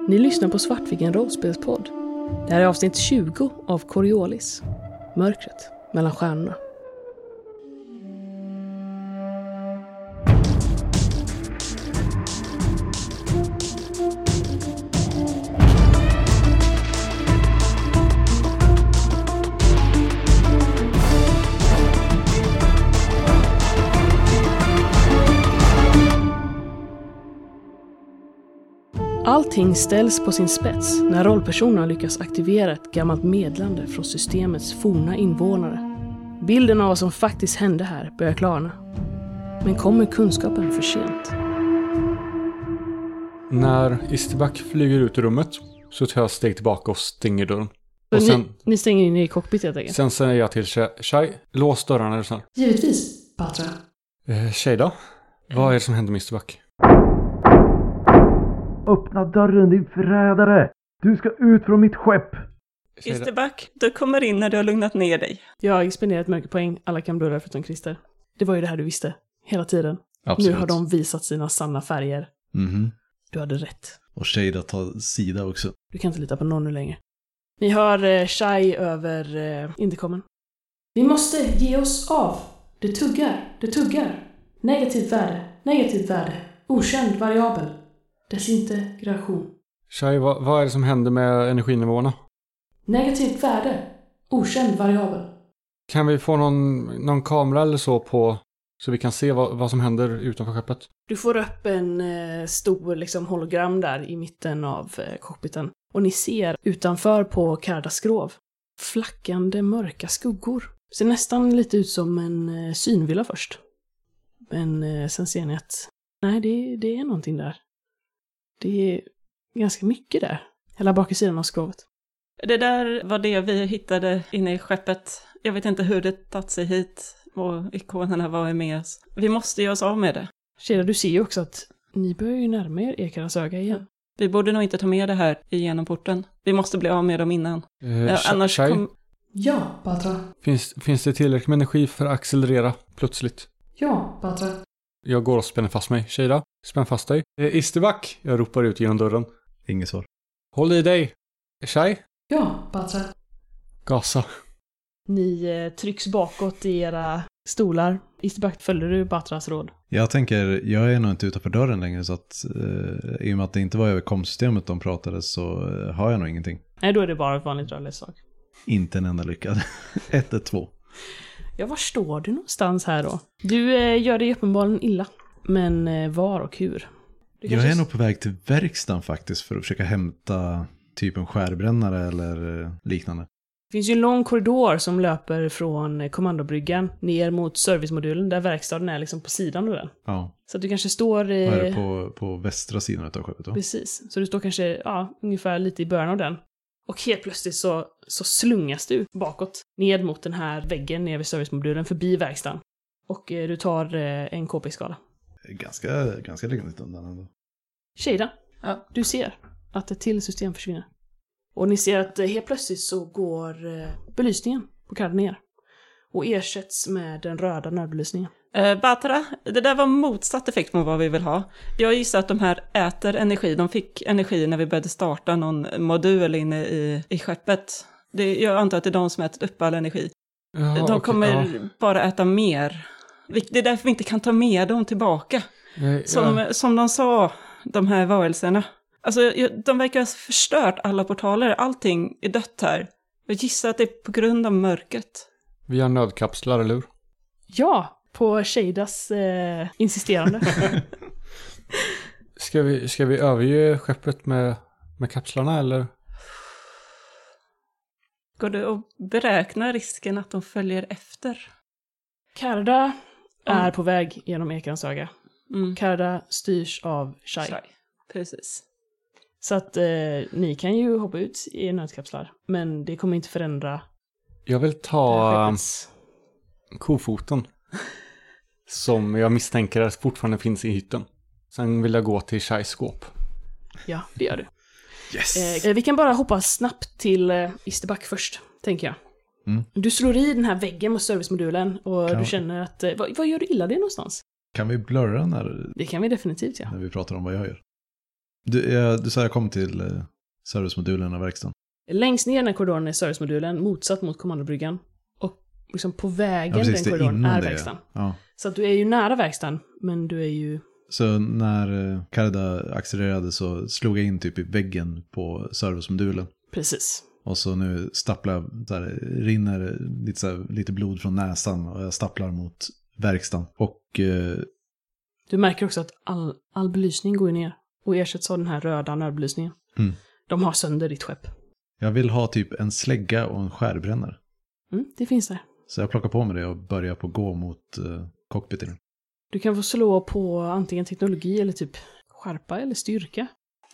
Ni lyssnar på Svartviken rollspelspodd. Det här är avsnitt 20 av Coriolis. Mörkret mellan stjärnorna. Allting ställs på sin spets när rollpersonerna lyckas aktivera ett gammalt meddelande från systemets forna invånare. Bilden av vad som faktiskt hände här börjar klarna. Men kommer kunskapen för sent? När Isterback flyger ut ur rummet så tar jag ett steg tillbaka och stänger dörren. Och ni stänger in i cockpit helt enkelt? Sen säger jag till Shai, lås dörrarna är du snäll. Givetvis, Patra. Shai då? Vad är det som händer med Isterback? Öppna dörren, din förrädare! Du ska ut från mitt skepp! Isterback, du kommer in när du har lugnat ner dig. Jag har expenderat mörkerpoäng, alla kan blurra förutom Christer. Det var ju det här du visste, hela tiden. Absolut. Nu har de visat sina sanna färger. Du hade rätt. Och Shada tar sida också. Du kan inte lita på någon nu längre. Ni hör Shai över intercomen. Vi måste ge oss av. Det tuggar. Negativt värde. Okänd variabel. Desintegration. Shai, vad är det som händer med energinivåerna? Negativt värde. Okänd variabel. Kan vi få någon kamera eller så på så vi kan se vad som händer utanför skeppet? Du får upp en stor hologram där i mitten av cockpiten. Och ni ser utanför på Kardas skrov flackande mörka skuggor. Ser nästan lite ut som en synvilla först. Men sen ser ni att nej, det är någonting där. Det är ganska mycket där. Hela baksidan av skrovet. Det där var det vi hittade inne i skeppet. Jag vet inte hur det tagit sig hit. Och ikonerna var med oss. Vi måste göra oss av med det. Shada, du ser ju också att ni börjar ju närma er Ekarnas öga igen. Vi borde nog inte ta med det här igenom porten. Vi måste bli av med dem innan. Annars Ja, Patra. Finns det tillräckligt med energi för att accelerera plötsligt? Ja, Patra. Jag går och spänner fast mig. Shada, spänn fast dig. Isterback, jag ropar ut genom dörren. Inget svar. Håll i dig. Shai? Ja, Patra. Gasa. Ni trycks bakåt i era stolar. Isterback, följer du Patras råd? Jag är nog inte utanför dörren längre så att i och med att det inte var över komsystemet de pratade så har jag nog ingenting. Nej, då är det bara ett vanligt rörlighetssak. Inte en enda lyckad. 1-2. Ja, var står du någonstans här då? Du gör dig uppenbarligen illa. Men var och hur? Jag är nog på väg till verkstaden faktiskt för att försöka hämta typ en skärbrännare eller liknande. Det finns ju en lång korridor som löper från kommandobryggan ner mot servicemodulen där verkstaden är på sidan av den. Ja. Så att du kanske står på västra sidan av skeppet då. Precis. Så du står kanske ungefär lite i början av den. Och helt plötsligt så slungas du bakåt ned mot den här väggen nere vid servicemodulen förbi verkstaden. Och du tar en KP-skala. Ganska lugnt undan ändå. Shada, du ser att ett till system försvinner. Och ni ser att helt plötsligt så går belysningen på Karda ner. Och ersätts med den röda nödbelysningen. Batra, det där var motsatt effekt mot vad vi vill ha. Jag gissar att de här äter energi. De fick energi när vi började starta någon modul inne i skeppet. Jag antar att det är de som ätit upp all energi. Ja, de kommer bara äta mer. Det är därför vi inte kan ta med dem tillbaka. Som de sa, de här varelserna. Alltså, de verkar ha förstört alla portaler. Allting är dött här. Jag gissar att det är på grund av mörkret. Vi har nödkapslar, eller hur? Ja, på Shadas insisterande. Ska vi överge skeppet med kapslarna, eller? Går det att beräkna risken att de följer efter? Karda är på väg genom Ekarnas öga. Karda styrs av Shai. Precis. Så att ni kan ju hoppa ut i nödkapslar. Men det kommer inte förändra. Jag vill ta kofoten. Som jag misstänker att fortfarande finns i hytten. Sen vill jag gå till Shais skåp. Ja, det gör du. Yes. Vi kan bara hoppa snabbt till Isterback först, tänker jag. Du slår i den här väggen mot servicemodulen. Och du känner att... Vad gör du illa det någonstans? Kan vi blurra när... Det kan vi definitivt, ja. När vi pratar om vad jag gör. Du sa jag kom till servicemodulen och verkstaden. Längst ner i den här korridoren är servicemodulen, motsatt mot kommandobryggan. Och liksom på vägen den korridoren är verkstaden. Ja. Så att du är ju nära verkstaden, men du är ju... Så när Karda accelererade så slog jag in typ i väggen på servicemodulen. Precis. Och så nu rinner lite blod från näsan och jag stapplar mot verkstaden. Och... Du märker också att all belysning går ner och ersätts av den här röda nödbelysningen. Mm. De har sönder ditt skepp. Jag vill ha typ en slägga och en skärbrännare. Det finns där. Så jag plockar på mig det och börjar på gå mot cockpiten. Du kan få slå på antingen teknologi eller typ skärpa eller styrka.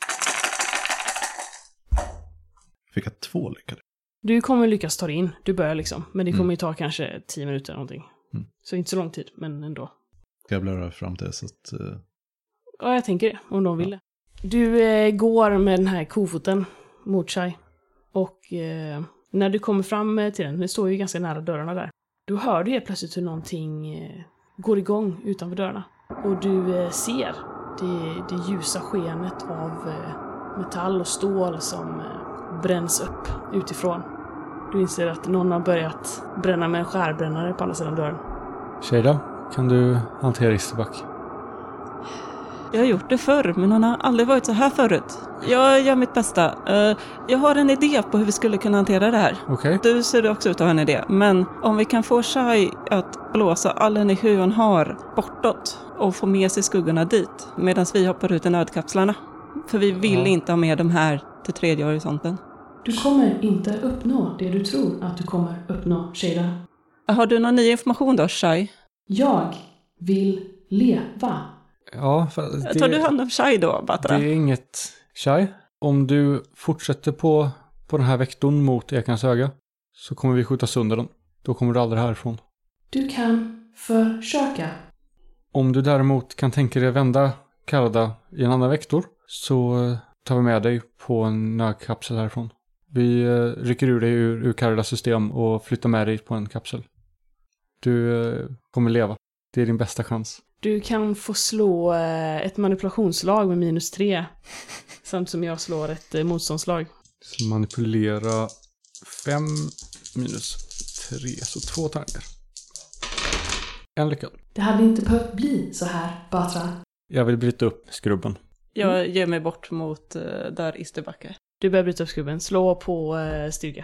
Fick jag 2 lyckade. Du kommer lyckas ta dig in. Du börjar liksom. Men det kommer ju ta kanske 10 minuter eller någonting. Så inte så lång tid, men ändå. Ska jag blöra fram till det så att... Ja, jag tänker det. Om de vill det. Du går med den här kofoten mot Shai. Och när du kommer fram till den, det står ju ganska nära dörrarna där. Då hör du helt plötsligt hur någonting går igång utanför dörrarna. Och du ser det ljusa skenet av metall och stål som bränns upp utifrån. Du inser att någon har börjat bränna med en skärbrännare på andra sidan dörren. Shada, kan du hantera Isterback? Jag har gjort det förr, men hon har aldrig varit så här förut. Jag gör mitt bästa. Jag har en idé på hur vi skulle kunna hantera det här. Okej. Du ser också ut att ha en idé. Men om vi kan få Shai att blåsa all energi hon har bortåt och få med sig skuggorna dit medan vi hoppar ut i nödkapslarna. För vi vill inte ha med de här till 3:e horisonten. Du kommer inte uppnå det du tror att du kommer uppnå, Shada. Har du någon ny information då, Shai? Jag vill leva. Ja, Tar du hand om Shai då, Batra? Det är inget... Shai, om du fortsätter på den här vektorn mot Ekans öga så kommer vi skjuta sönder den. Då kommer du aldrig härifrån. Du kan försöka. Om du däremot kan tänka dig vända Karda i en annan vektor så tar vi med dig på en nödkapsel härifrån. Vi rycker ur dig ur Kardas system och flyttar med dig på en kapsel. Du kommer leva. Det är din bästa chans. Du kan få slå ett manipulationslag med -3. Samt som jag slår ett motståndslag. Så manipulera 5 minus 3, så 2 tärningar. En lyckad. Det hade inte behövt bli så här, Batra. Jag vill bryta upp skrubben. Jag ger mig bort mot där Isterback är. Du börjar bryta upp skrubben. Slå på styrka.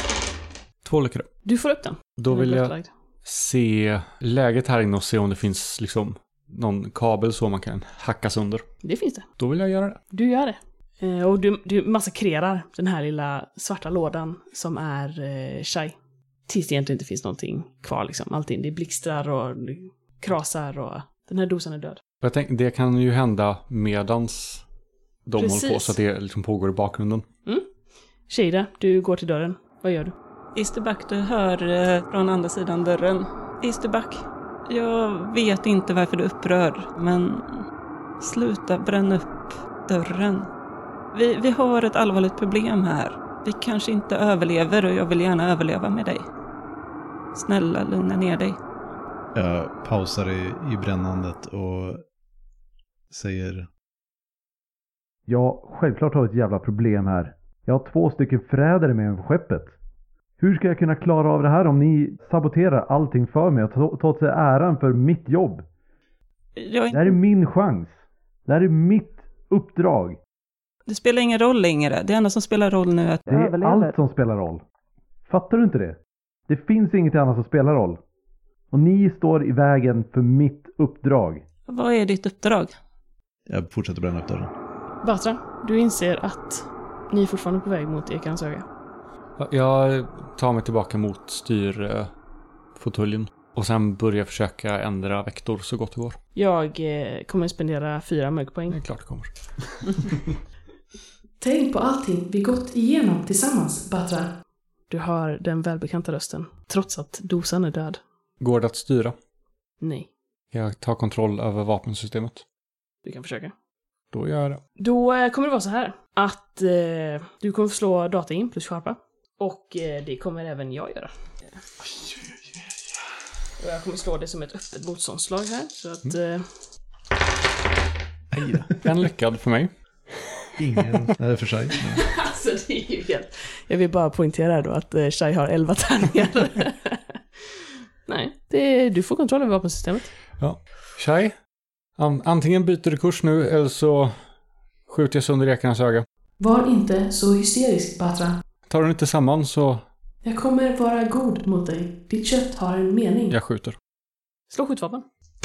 2 lyckade. Du får upp den. Då vill jag se läget här inne och se om det finns liksom någon kabel så man kan hacka sönder. Det finns det. Då vill jag göra det. Du gör det. Och du massakrerar den här lilla svarta lådan som är Shai. Tills det egentligen inte finns någonting kvar liksom. Allting, det blixtrar och krasar och den här dosan är död. Jag tänkte, det kan ju hända medans de håller på så att det liksom pågår i bakgrunden. Shada, du går till dörren. Vad gör du? Isterback, du hör från andra sidan dörren. Isterback, jag vet inte varför du är upprörd, men sluta bränna upp dörren. Vi har ett allvarligt problem här. Vi kanske inte överlever och jag vill gärna överleva med dig. Snälla, lugna ner dig. Jag pausar i brännandet och säger... Ja, självklart har vi ett jävla problem här. Jag har 2 stycken förrädare med mig på skeppet. Hur ska jag kunna klara av det här om ni saboterar allting för mig och tar till äran för mitt jobb? Det här är min chans. Det här är mitt uppdrag. Det spelar ingen roll längre. Det enda som spelar roll nu är att det är allt som spelar roll. Fattar du inte det? Det finns inget annat som spelar roll. Och ni står i vägen för mitt uppdrag. Vad är ditt uppdrag? Jag fortsätter bränna upp dörren. Batra, du inser att ni är fortfarande på väg mot Ekans öga. Jag tar mig tillbaka mot styrfåtöljen och sen börjar försöka ändra vektor så gott det går. Jag kommer spendera 4 mörkpoäng. Det är klart det kommer. Tänk på allting vi gått igenom tillsammans, Batra. Du hör den välbekanta rösten, trots att dosan är död. Går det att styra? Nej. Jag tar kontroll över vapensystemet. Du kan försöka. Då gör jag det. Då kommer det vara så här att du kommer få slå data in plus skärpa. Och det kommer även jag göra. Och jag kommer slå det som ett öppet motståndslag här. Så att... En lyckad för mig. Ingen. Nej, för sig. Alltså det är ju helt... Jag vill bara poängtera då att Shai har 11 tärningar. Nej, du får kontroll över vapensystemet. Ja. Shai, antingen byter du kurs nu eller så skjuter jag sönder ekarnas öga. Var inte så hysterisk, Batra. Tar du inte samman så... Jag kommer vara god mot dig. Ditt kött har en mening. Jag skjuter. Slå skjutvapen.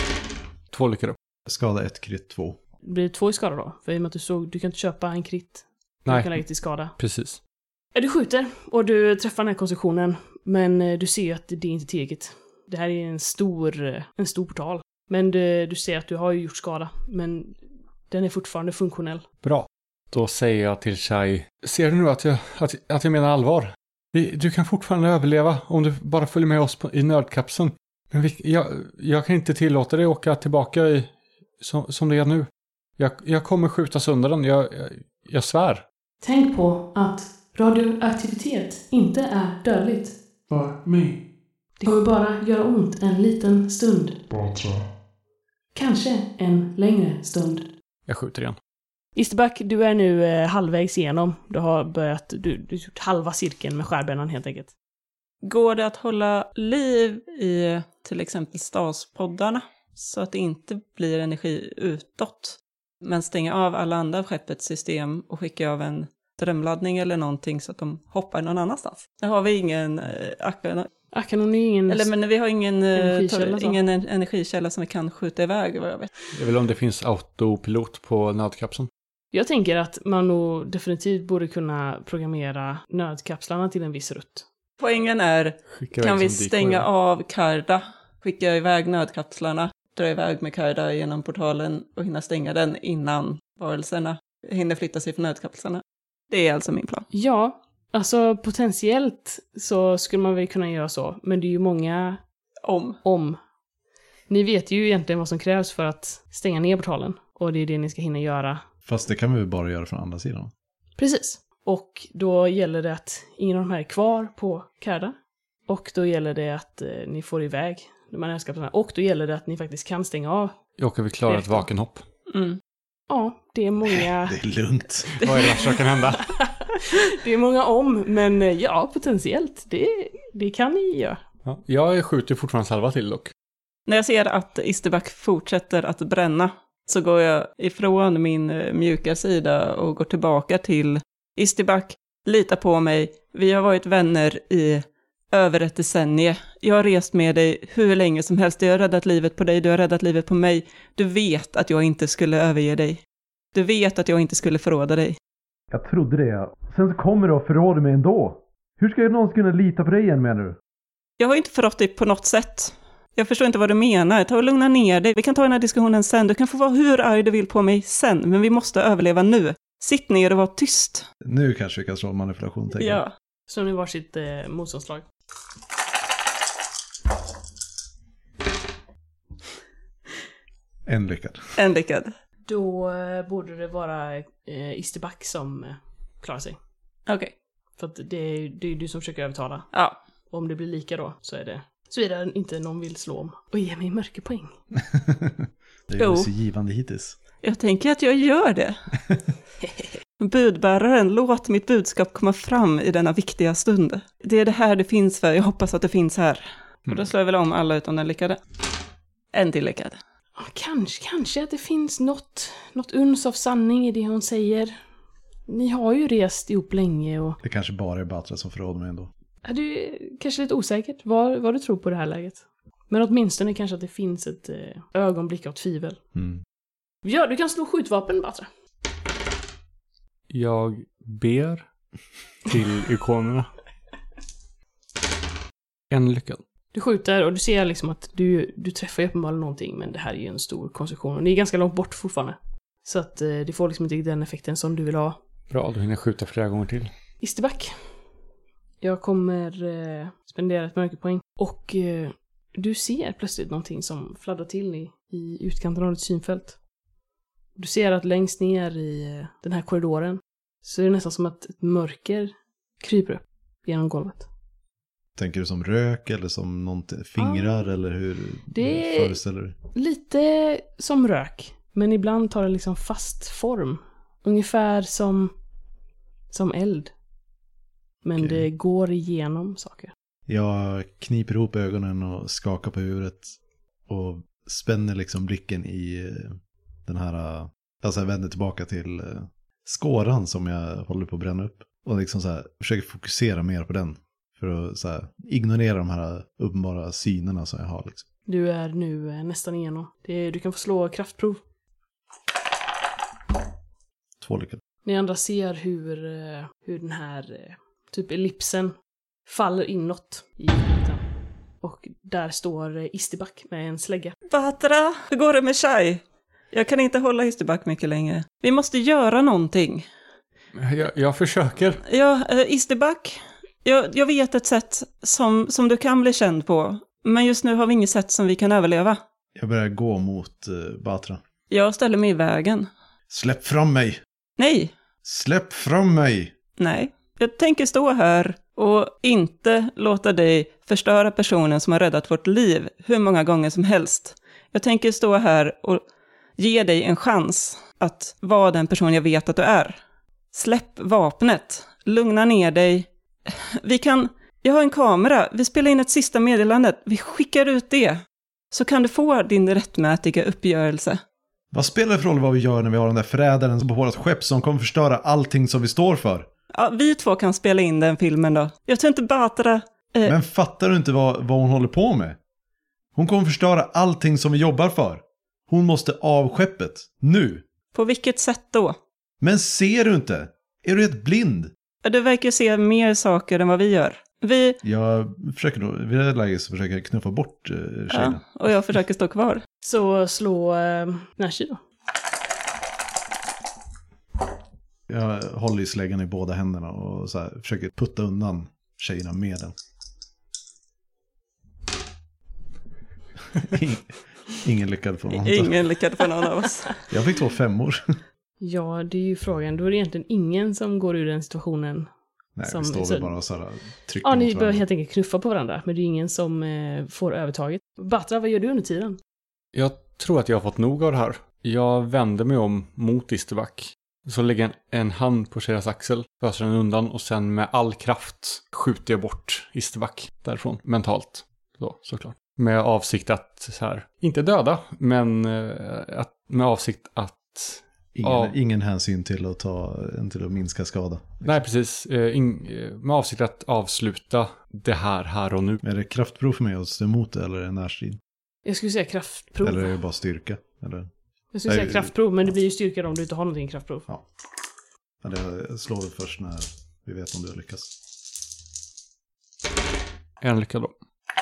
2 lyckade. Skada 1, krit 2. Det blir 2 i skada då. För i och med att du kan inte köpa en krit. Nej. Du kan lägga till skada. Precis. Du skjuter och du träffar den här konstruktionen. Men du ser ju att det är inte tillräckligt. Det här är en stor portal. Men du ser att du har ju gjort skada. Men den är fortfarande funktionell. Bra. Då säger jag till Shai. Ser du nu att jag menar allvar? Du kan fortfarande överleva om du bara följer med oss i nödkapseln. Men jag kan inte tillåta dig åka tillbaka som det är nu. Jag kommer skjuta sönder den. Jag svär. Tänk på att radioaktivitet inte är dödligt. För mig. Det kommer bara göra ont en liten stund. Batra. Kanske en längre stund. Jag skjuter igen. Isterback, du är nu halvvägs igenom. Du har börjat, du gjort halva cirkeln med skärbrännaren helt enkelt. Går det att hålla liv i till exempel staspoddarna så att det inte blir energi utåt? Men stänga av alla andra skeppets system och skicka av en drömladdning eller någonting så att de hoppar någon annanstans. Där har vi ingen Akanon är ingen... Eller men vi har ingen energikälla, energikälla som vi kan skjuta iväg vad jag vet. Jag vill om det finns autopilot på nödkapseln. Jag tänker att man nog definitivt borde kunna programmera nödkapslarna till en viss rutt. Poängen är, kan vi stänga av Karda, skicka iväg nödkapslarna, dra iväg med Karda genom portalen och hinna stänga den innan varelserna hinner flytta sig från nödkapslarna. Det är alltså min plan. Ja, alltså potentiellt så skulle man väl kunna göra så. Men det är ju många om. Ni vet ju egentligen vad som krävs för att stänga ner portalen. Och det är det ni ska hinna göra. Fast det kan vi väl bara göra från andra sidan. Precis. Och då gäller det att ingen av de här är kvar på Karda. Och då gäller det att ni får iväg de här nödkapslarna. Och då gäller det att ni faktiskt kan stänga av. Och vi klarar ett vakenhopp. Mm. Ja, det är många... Det är lugnt. Vad är det som kan hända? Det är många om, men ja, potentiellt. Det kan ni göra. Ja, jag skjuter fortfarande salva till dock. När jag ser att Isterback fortsätter att bränna så går jag ifrån min mjuka sida och går tillbaka till Isterback. Lita på mig. Vi har varit vänner i över ett decennium. Jag har rest med dig hur länge som helst. Jag har räddat livet på dig. Du har räddat livet på mig. Du vet att jag inte skulle överge dig. Du vet att jag inte skulle förråda dig. Jag trodde det, ja. Sen så kommer du och förråder mig ändå. Hur ska jag någonsin kunna lita på dig igen, menar du? Jag har inte förrått dig på något sätt. Jag förstår inte vad du menar. Ta och lugna ner dig. Vi kan ta den här diskussionen sen. Du kan få vara hur arg du vill på mig sen. Men vi måste överleva nu. Sitt ner och var tyst. Nu kanske vi kan slå manipulation, tänker jag. Ja. Så nu var sitt motståndslag. En lyckad. En lyckad. Då borde det vara Isterback som klarar sig. Okej. För att det är du som försöker övertala. Ja. Och om det blir lika då så är det inte någon vill slå om. Och ge mig mörkerpoäng. Det är ju så givande hittills. Jag tänker att jag gör det. Budbäraren, låt mitt budskap komma fram i denna viktiga stund. Det är det här det finns för. Jag hoppas att det finns här. Och då slår jag väl om alla utom den lyckade. En till lyckad. Kanske att det finns något uns av sanning i det hon säger. Ni har ju rest ihop länge och... Det kanske bara är Batra som förråder mig ändå. Du är kanske lite osäkert vad du tror på det här läget. Men åtminstone kanske att det finns ett ögonblick av tvivel. Mm. Ja, du kan slå skjutvapen, Batra. Jag ber till ikonerna. En lyckad. Du skjuter och du ser liksom att du träffar ju uppenbarligen någonting, men det här är ju en stor konstruktion och ni är ganska långt bort fortfarande. Så att det får liksom inte den effekten som du vill ha. Bra, du hinner skjuta flera gånger till. Isterback. Jag kommer spendera ett mörkerpoäng. Och du ser plötsligt någonting som fladdrar till i utkanten av ditt synfält. Du ser att längst ner i den här korridoren så är det nästan som att ett mörker kryper upp genom golvet. Tänker du som rök eller som någonting, fingrar eller hur det föreställer du? Lite som rök, men ibland tar det liksom fast form Ungefär som eld. Men det går igenom saker. Jag kniper ihop ögonen och skakar på huvudet. Och spänner liksom blicken i den här... Alltså jag vänder tillbaka till skåran som jag håller på att bränna upp. Och liksom så här, försöker fokusera mer på den. För att så här, ignorera de här uppenbara synerna som jag har. Liksom. Du är nu nästan igenom. Du kan få slå kraftprov. 2 lyckade. Ni andra ser hur den här typ ellipsen faller inåt i ytan. Och där står Isterback med en slägga. Batra, hur går det med Shai? Jag kan inte hålla Isterback mycket längre. Vi måste göra någonting. Jag försöker. Ja, Isterback. Jag vet ett sätt som du kan bli känd på. Men just nu har vi inget sätt som vi kan överleva. Jag börjar gå mot Batra. Jag ställer mig i vägen. Släpp fram mig! Nej. Släpp fram mig! Nej. Jag tänker stå här och inte låta dig förstöra personen som har räddat vårt liv hur många gånger som helst. Jag tänker stå här och ge dig en chans att vara den person jag vet att du är. Släpp vapnet. Lugna ner dig. Jag har en kamera. Vi spelar in ett sista meddelande. Vi skickar ut det. Så kan du få din rättmätiga uppgörelse. Vad spelar det för roll vad vi gör när vi har den där förrädaren på vårt skepp som kommer förstöra allting som vi står för? Ja, vi 2 kan spela in den filmen då. Jag tror inte Batra... Men fattar du inte vad hon håller på med? Hon kommer förstöra allting som vi jobbar för. Hon måste av skeppet. Nu. På vilket sätt då? Men ser du inte? Är du helt blind? Du verkar se mer saker än vad vi gör. Jag försöker då, vid det här läget så försöker jag knuffa bort tjejerna. Ja, och jag försöker stå kvar. Så slå Nashi då. Jag håller i släggan i båda händerna och så här, försöker putta undan tjejerna med den. Ingen lyckad på någon. Ingen lyckad på någon av oss. Jag fick 2 5-or. Ja, det är ju frågan. Då är det egentligen ingen som går ur den situationen. Nej, vi står väl bara och så här trycker. Ja, ni börjar helt enkelt knuffa på varandra. Men det är ingen som får övertaget. Batra, vad gör du under tiden? Jag tror att jag har fått nog av det här. Jag vänder mig om mot Isterback. Så lägger en hand på Shiras axel, föser den undan och sen med all kraft skjuter jag bort Isterback därifrån. Mentalt, såklart. Med avsikt att så här, inte döda, men med avsikt att... Ingen hänsyn till att minska skada. Nej, precis. Med avsikt att avsluta det här och nu. Är det kraftprov för mig att stå emot det eller är det närstrid? Jag skulle säga kraftprov. Eller är det bara styrka? Eller? Jag skulle säga kraftprov, men det blir ju styrka om du inte har någonting kraftprov. Ja. Det slår väl först när vi vet om du har lyckats. En lycka då.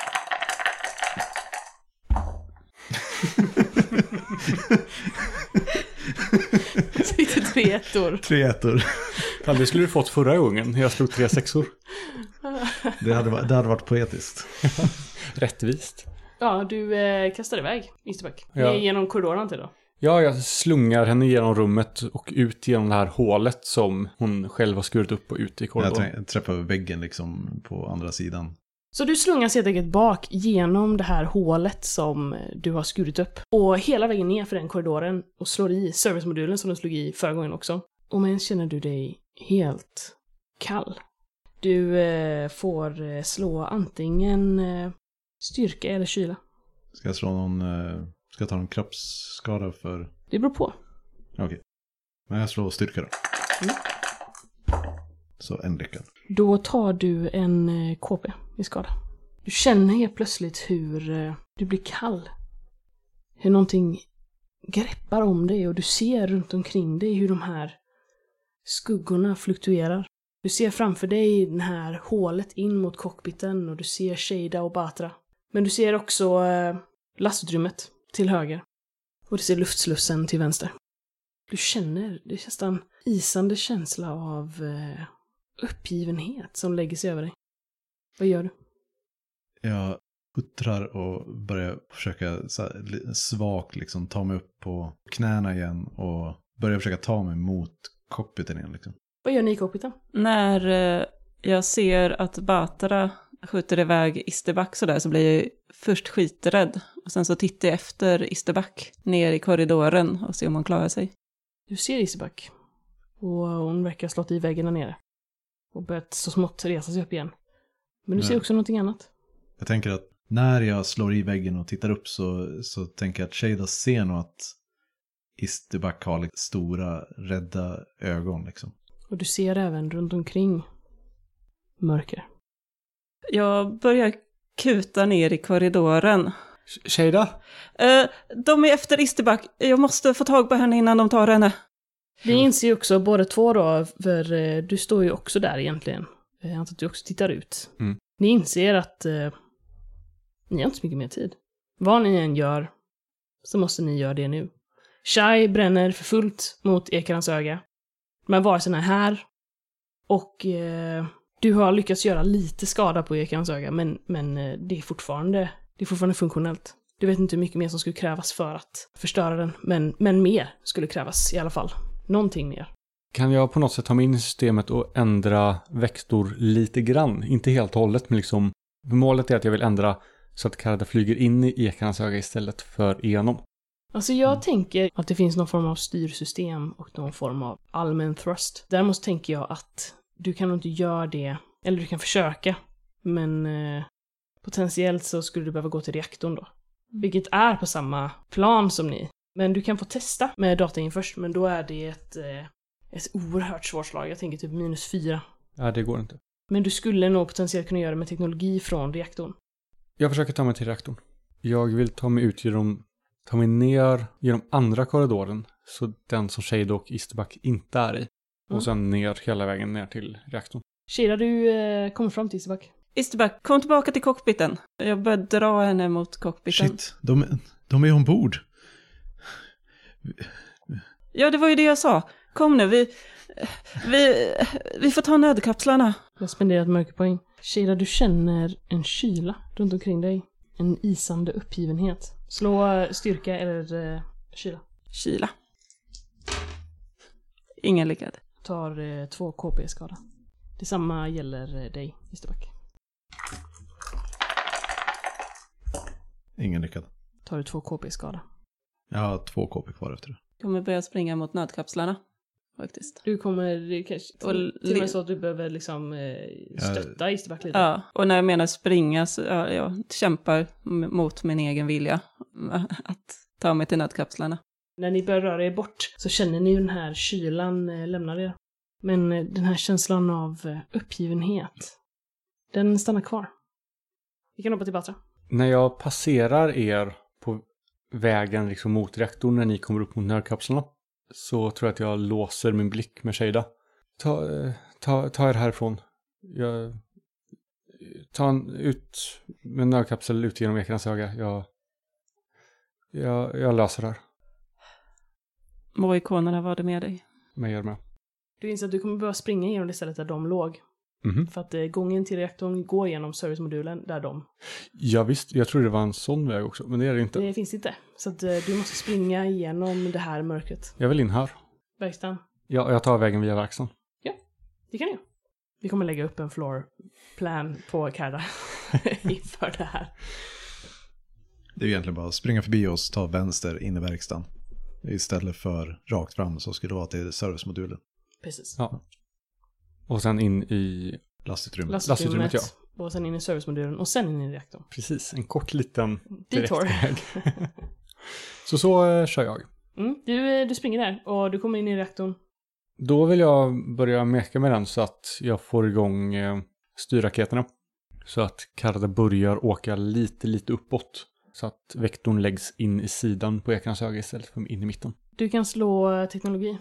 Så gick det 3 ettor. 3 ettor. Ja, det skulle du fått förra gången. Jag slog 3 sexor. Det hade varit poetiskt. Rättvist. Ja, du kastar iväg Isterback. Ja. Genom korridoren till då. Ja, jag slungar henne genom rummet och ut genom det här hålet som hon själv har skurit upp och ut i korridoren. Jag träffar väggen liksom på andra sidan. Så du slungas helt enkelt bak genom det här hålet som du har skurit upp. Och hela vägen ner för den korridoren och slår i servicemodulen som du slog i förra gången också. Och men känner du dig helt kall. Du får slå antingen styrka eller kyla. Ska jag ta någon kroppsskada för... Det beror på. Okej. Men jag slår styrka då. Mm. Så en lyckad. Då tar du en KP i skada. Du känner helt plötsligt hur du blir kall. Hur någonting greppar om dig och du ser runt omkring dig hur de här skuggorna fluktuerar. Du ser framför dig det här hålet in mot cockpiten och du ser Shada och Batra. Men du ser också lastutrymmet till höger. Och du ser luftslussen till vänster. Du känner, det är nästan isande känsla av uppgivenhet som lägger sig över dig. Vad gör du? Jag puttrar och börjar försöka så här, svagt liksom, ta mig upp på knäna igen och börjar försöka ta mig mot cockpiten igen. Liksom. Vad gör ni i cockpiten? När jag ser att Batra skjuter iväg Isterback så där så blir jag först skiträdd. Och sen så tittar jag efter Isterback ner i korridoren och ser om hon klarar sig. Du ser Isterback. Och hon verkar ha slått i väggen där nere. Och börjat så smått resa sig upp igen. Men du ser också någonting annat. Jag tänker att när jag slår i väggen och tittar upp så tänker jag att Shada ser nog att Isterback har liksom stora, rädda ögon liksom. Och du ser även runt omkring mörker. Jag börjar kuta ner i korridoren. Shada? De är efter Isterback. Jag måste få tag på henne innan de tar henne. Vi inser ju också båda två då, för du står ju också där egentligen. Jag antar att du också tittar ut. Mm. Ni inser att ni har inte så mycket mer tid. Vad ni än gör så måste ni göra det nu. Shai bränner för fullt mot Ekarans öga. De här varelserna är här. Och du har lyckats göra lite skada på Ekarans öga, men det är fortfarande funktionellt. Du vet inte hur mycket mer som skulle krävas för att förstöra den, men mer skulle krävas i alla fall. Någonting mer. Kan jag på något sätt ta mig in i systemet och ändra vektor lite grann? Inte helt och hållet, men liksom målet är att jag vill ändra så att Karada flyger in i Ekarans öga istället för igenom. Alltså jag tänker att det finns någon form av styrsystem och någon form av allmän thrust. Däremot tänker jag att du kan nog inte göra det, eller du kan försöka, men potentiellt så skulle du behöva gå till reaktorn då. Vilket är på samma plan som ni. Men du kan få testa med data in först, men då är det ett oerhört svårt slag. Jag tänker typ -4. Ja, det går inte. Men du skulle nog potentiellt kunna göra det med teknologi från reaktorn. Jag försöker ta mig till reaktorn. Jag vill ta mig ut ta mig ner genom andra korridoren, så den som Shada och Isterback inte är i. Och sen ner hela vägen ner till reaktorn. Shada, du kommer fram till Isterback. Isterback, kom tillbaka till cockpiten. Jag börjar dra henne mot cockpiten. Shit, de är ombord. Ja, det var ju det jag sa. Kom nu, vi får ta nödkapslarna. Jag har spenderat mörkerpoäng. Shada, du känner en kyla runt omkring dig. En isande uppgivenhet. Slå styrka eller kyla. Kyla. Ingen lyckad. Tar 2 KP-skada. Detsamma gäller dig, Isterback. Ingen lyckad. Tar du 2 KP-skada. Jag har 2 KP kvar efter det. Kommer börja springa mot nödkapslarna. Faktiskt. Du kommer kanske till och med så att du behöver liksom stötta Isterback lite. Ja, och när jag menar springa så jag kämpar mot min egen vilja att ta mig till nödkapslarna. När ni börjar röra er bort så känner ni den här kylan lämnar er. Men den här känslan av uppgivenhet, den stannar kvar. Vi kan hoppa till Batra. När jag passerar er på vägen liksom mot reaktorn när ni kommer upp mot nödkapslarna, så tror jag att jag låser min blick med Shada. Ta er härifrån. Ta en ut med nödkapsel ut genom Ekarans öga. Jag löser det här. Må ikonerna vara det med dig. Men gör med. Du inser att du kommer behöva springa genom det stället där de låg. Mm-hmm. För att gången till reaktorn går genom servicemodulen där de... Ja visst, jag tror det var en sån väg också, men det är det inte. Det finns inte. Så att du måste springa igenom det här mörkret. Jag vill in här. Verkstaden? Ja, jag tar vägen via verkstaden. Ja, det kan jag. Vi kommer lägga upp en floor plan på Karada inför det här. Det är egentligen bara att springa förbi oss, ta vänster in i verkstaden. Istället för rakt fram så skulle det vara till servicemodulen. Precis. Ja. Och sen in i Lastutrymmet. Ja. Och sen in i servicemodulen och sen in i reaktorn. Precis, en kort liten Detour. direktväg. så kör jag. Du springer där och du kommer in i reaktorn. Då vill jag börja meka med den så att jag får igång styrraketerna. Så att Karada börjar åka lite uppåt. Så att vektorn läggs in i sidan på Ekarans öga istället för in i mitten. Du kan slå teknologi.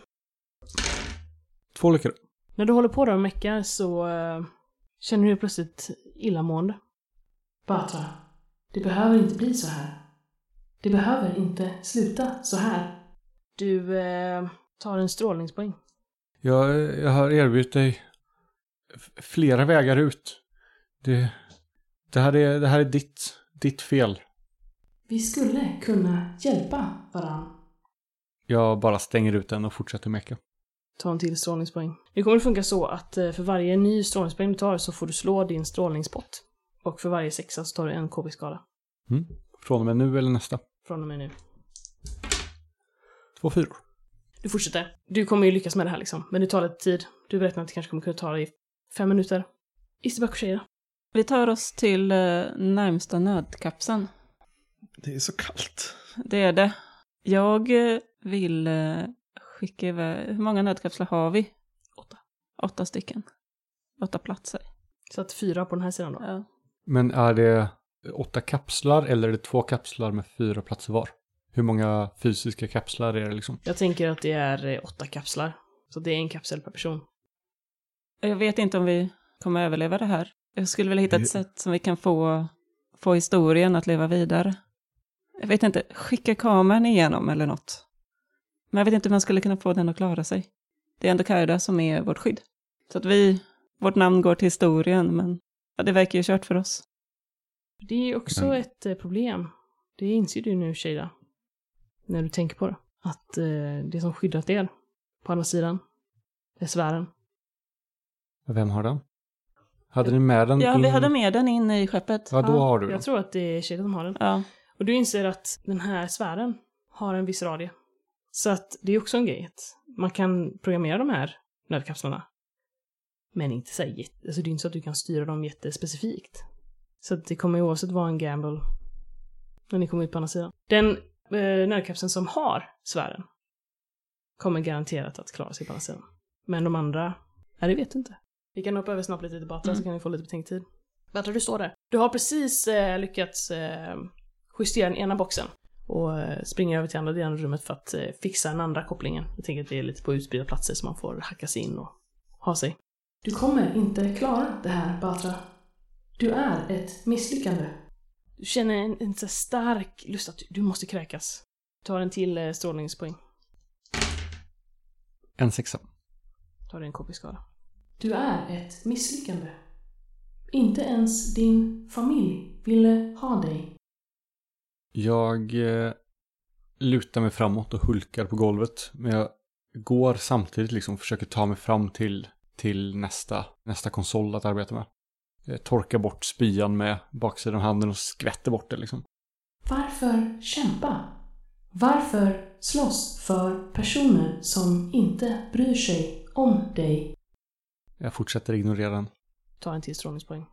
2 lyckade. När du håller på där och meckar så känner du plötsligt illamående. Batra, det behöver inte bli så här. Det behöver inte sluta så här. Du tar en strålningspoäng. Jag har erbjudit dig flera vägar ut. Det här är ditt fel. Vi skulle kunna hjälpa varann. Jag bara stänger ut den och fortsätter meka. Ta en till strålningspoäng. Det kommer att funka så att för varje ny strålningspoäng du tar så får du slå din strålningspott. Och för varje 6 så tar du en KB-skada. Från och med nu eller nästa? Från och med nu. 2 4. Du fortsätter. Du kommer ju lyckas med det här liksom. Men det tar lite tid. Du berättar att det kanske kommer kunna ta dig 5 minuter. Istibar Koshira. Vi tar oss till närmsta nödkapseln. Det är så kallt. Det är det. Jag vill skicka iväg... Hur många nödkapslar har vi? 8 stycken. 8 platser. Så att 4 på den här sidan då. Ja. Men är det 8 kapslar eller är det 2 kapslar med 4 platser var? Hur många fysiska kapslar är det liksom? Jag tänker att det är 8 kapslar. Så det är en kapsel per person. Jag vet inte om vi kommer överleva det här. Jag skulle vilja hitta ett sätt som vi kan få historien att leva vidare. Jag vet inte, skicka kameran igenom eller något. Men jag vet inte hur man skulle kunna få den att klara sig. Det är ändå Karda som är vårt skydd. Så att vårt namn går till historien, men ja, det verkar ju kört för oss. Det är också ett problem. Det inser du nu, Shada. När du tänker på det. Att det som skyddat er på andra sidan är sfären. Vem har den? Hade ni med den? Ja, vi hade med den in i skeppet. Ja, då har du den. Jag tror att det är Shada som har den. Ja. Och du inser att den här sfären har en viss radie. Så att det är också en grej. Man kan programmera de här nödkapslarna. Men inte så alltså det är inte så att du kan styra dem jättespecifikt. Så att det kommer oavsett vara en gamble när ni kommer ut på andra sidan. Den nödkapseln som har sfären kommer garanterat att klara sig på andra sidan. Men de andra, det vet du inte. Vi kan hoppa över snabbt lite till Batra så kan vi få lite betänketid. Batra, du står där. Du har precis lyckats justera den ena boxen och springer över till andra delen av rummet för att fixa den andra kopplingen. Jag tänker att det är lite på utspridda platser så man får hacka sig in och ha sig. Du kommer inte klara det här, Batra. Du är ett misslyckande. Du känner en så stark lust att du måste kräkas. Ta en till strålningspoäng. En 6. Ta en KP-skada. Du är ett misslyckande. Inte ens din familj ville ha dig. Jag lutar mig framåt och hulkar på golvet. Men jag går samtidigt liksom försöker ta mig fram till nästa konsol att arbeta med. Jag torkar bort spyan med baksidan av handen och skvätter bort det liksom. Varför kämpa? Varför slåss för personer som inte bryr sig om dig? Jag fortsätter ignorera den. Ta en till strålningspoäng.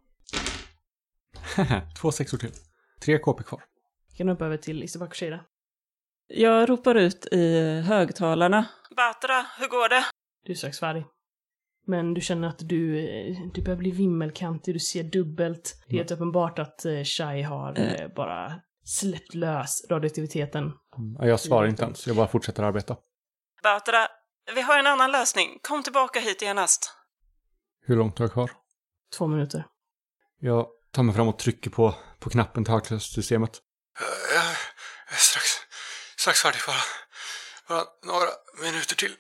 2 6 till. 3 KP kvar. Kan du upp över till Istibar Koshira? Jag ropar ut i högtalarna. Batra, hur går det? Du är strax färdig. Men du känner att du börjar bli vimmelkantig, du ser dubbelt. Det är helt uppenbart att Shai har bara släppt lös radioaktiviteten. Jag svarar inte ens, jag bara fortsätter arbeta. Batra, vi har en annan lösning. Kom tillbaka hit genast. Hur långt har jag kvar? 2 minuter. Jag tar mig fram och trycker på knappen till högtalarsystemet. Jag är strax färdig, bara några minuter till.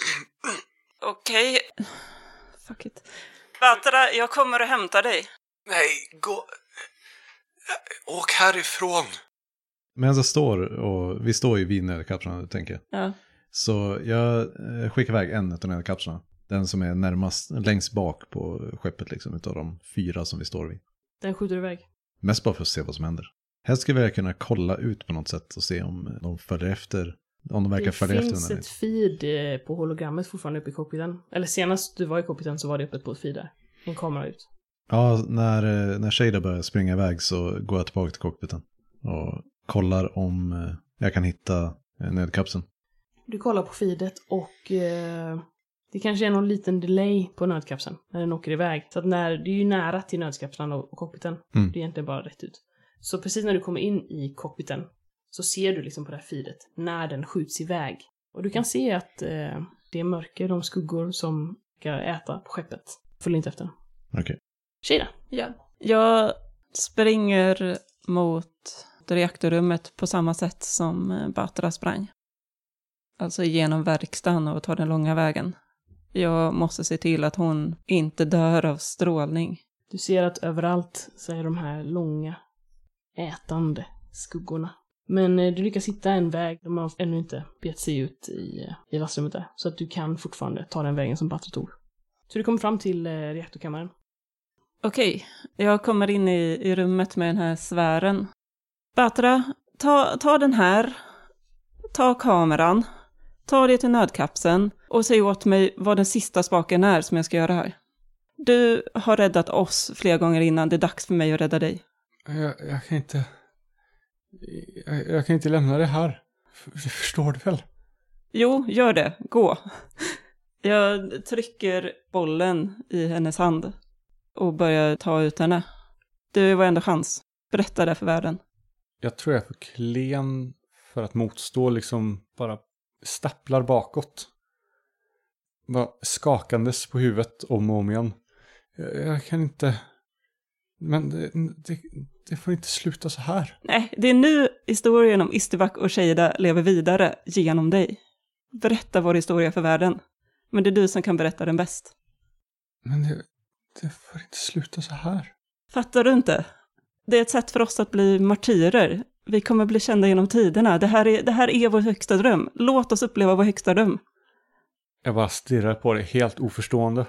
Okej. Fuck it. Batra, jag kommer att hämta dig. Nej, gå. Åk härifrån. Men vi står ju vid nödkapslarna, tänker jag. Ja. Så jag skickar iväg en av nödkapslarna. Den som är närmast, längst bak på skeppet liksom, utav de 4 som vi står vid. Den skjuter iväg. Mest bara för att se vad som händer. Helst skulle vi kunna kolla ut på något sätt och se om de följer efter. Om de verkar följa efter. Det finns ett feed på hologrammet fortfarande uppe i cockpiten. Eller senast du var i cockpiten så var det uppe på ett feed där. En kamera ut. Ja, när Shada börjar springa iväg så går jag tillbaka till cockpiten. Och kollar om jag kan hitta nödkapseln. Du kollar på feedet och det kanske är någon liten delay på nödkapseln när den åker iväg. Så att det är ju nära till nödkapseln och cockpiten. Det är egentligen bara rätt ut. Så precis när du kommer in i cockpiten så ser du liksom på det här feedet när den skjuts iväg. Och du kan se att det är mörker, de skuggor som ska äta på skeppet. Följ inte efter. Okej. Shada. Ja. Jag springer mot reaktorrummet på samma sätt som Batra sprang. Alltså genom verkstaden och tar den långa vägen. Jag måste se till att hon inte dör av strålning. Du ser att överallt så är de här långa ätande skuggorna. Men du lyckas hitta en väg. De har ännu inte begett sig ut i vassrummet där. Så att du kan fortfarande ta den vägen som Batra tog. Så du kommer fram till reaktorkammaren. Okej, jag kommer in i rummet med den här sfären. Batra, ta den här. Ta kameran. Ta det till nödkapseln och säg åt mig vad den sista spaken är som jag ska göra här. Du har räddat oss flera gånger innan. Det är dags för mig att rädda dig. Jag kan inte... Jag kan inte lämna det här. Det förstår du väl? Jo, gör det. Gå. Jag trycker bollen i hennes hand och börjar ta ut henne. Det är varenda chans. Berätta det för världen. Jag tror jag är för klen för att motstå, liksom bara stapplar bakåt. Bara skakandes på huvudet om och om igen. Jag kan inte... Men det får inte sluta så här. Nej, det är nu historien om Istebak och Sheida lever vidare genom dig. Berätta vår historia för världen. Men det är du som kan berätta den bäst. Men det får inte sluta så här. Fattar du inte? Det är ett sätt för oss att bli martyrer. Vi kommer bli kända genom tiderna. Det här är vår högsta dröm. Låt oss uppleva vår högsta dröm. Jag bara stirrar på det helt oförstående.